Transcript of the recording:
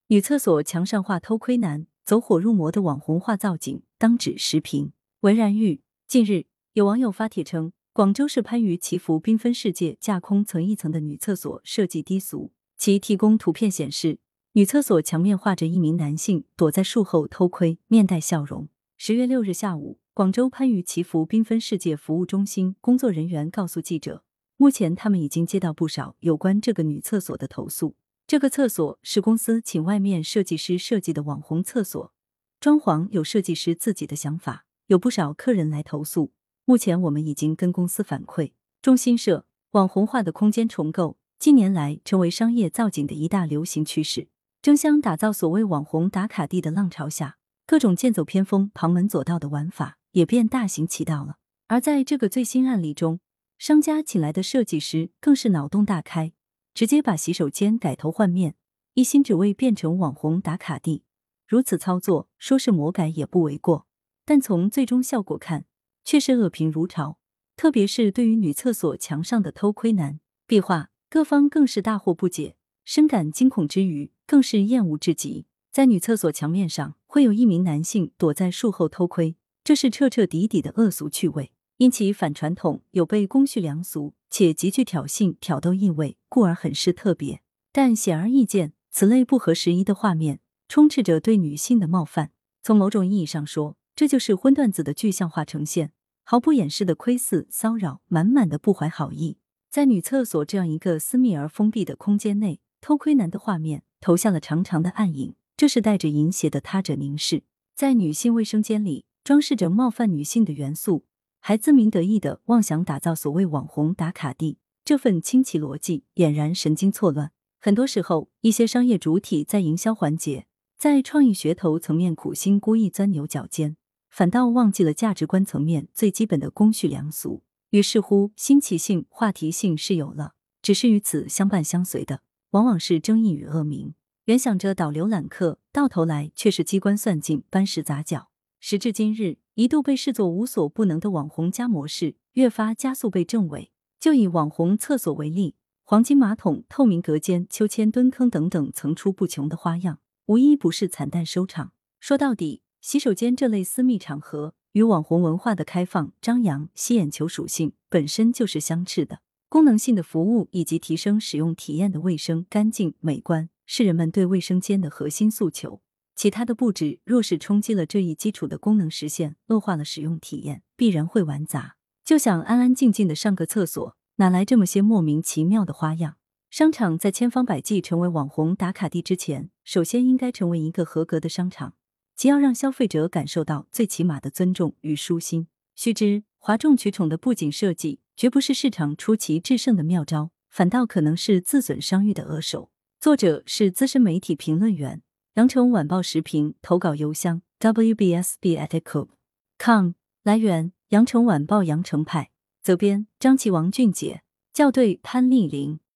女厕所墙上画偷窥男，走火入魔的网红画造景，当指时评。文然玉，近日有网友发帖称，广州市番禺祈福缤纷世界架空层一层的女厕所设计低俗，其提供图片显示，女厕所墙面画着一名男性躲在树后偷窥，面带笑容。10月6日下午，广州番禺祈福缤纷世界服务中心工作人员告诉记者，目前他们已经接到不少有关这个女厕所的投诉。这个厕所是公司请外面设计师设计的网红厕所，装潢有设计师自己的想法，有不少客人来投诉。目前我们已经跟公司反馈。中新社，网红化的空间重构近年来成为商业造景的一大流行趋势。争相打造所谓网红打卡地的浪潮下，各种剑走偏锋、旁门左道的玩法也变大行其道了。而在这个最新案例中，商家请来的设计师更是脑洞大开，直接把洗手间改头换面，一心只为变成网红打卡地。如此操作，说是魔改也不为过，但从最终效果看，却是恶评如潮。特别是对于女厕所墙上的偷窥男壁画，各方更是大惑不解，深感惊恐之余，更是厌恶至极。在女厕所墙面上会有一名男性躲在树后偷窥，这是彻彻底底的恶俗趣味。因其反传统，有悖公序良俗，且极具挑衅、挑逗意味，故而很是特别。但显而易见，此类不合时宜的画面，充斥着对女性的冒犯。从某种意义上说，这就是荤段子的具象化呈现，毫不掩饰的窥伺、骚扰，满满的不怀好意。在女厕所这样一个私密而封闭的空间内，偷窥男的画面投下了长长的暗影，这是带着淫邪的他者凝视。在女性卫生间里，装饰着冒犯女性的元素，还自鸣得意地妄想打造所谓网红打卡地，这份清奇逻辑俨然神经错乱。很多时候，一些商业主体在营销环节，在创意噱头层面苦心孤诣钻牛角尖，反倒忘记了价值观层面最基本的公序良俗。于是乎，新奇性、话题性是有了，只是与此相伴相随的，往往是争议与恶名。原想着导流揽客，到头来却是机关算尽、搬石砸脚。时至今日，一度被视作无所不能的网红加模式，越发加速被证伪。就以网红厕所为例，黄金马桶、透明隔间、秋千蹲坑等等层出不穷的花样，无一不是惨淡收场。说到底，洗手间这类私密场合与网红文化的开放、张扬、吸眼球属性本身就是相斥的。功能性的服务以及提升使用体验的卫生、干净、美观，是人们对卫生间的核心诉求。其他的布置若是冲击了这一基础的功能实现，恶化了使用体验，必然会玩砸。就想安安静静的上个厕所，哪来这么些莫名其妙的花样？商场在千方百计成为网红打卡地之前，首先应该成为一个合格的商场，即要让消费者感受到最起码的尊重与舒心。须知，哗众取宠的布景设计绝不是市场出奇制胜的妙招，反倒可能是自损商誉的恶手。作者是资深媒体评论员，羊城晚报时评，投稿邮箱 wbsb@ecoop.com。 来源：羊城晚报羊城派，责编：张琪、王俊杰，校对：潘丽玲。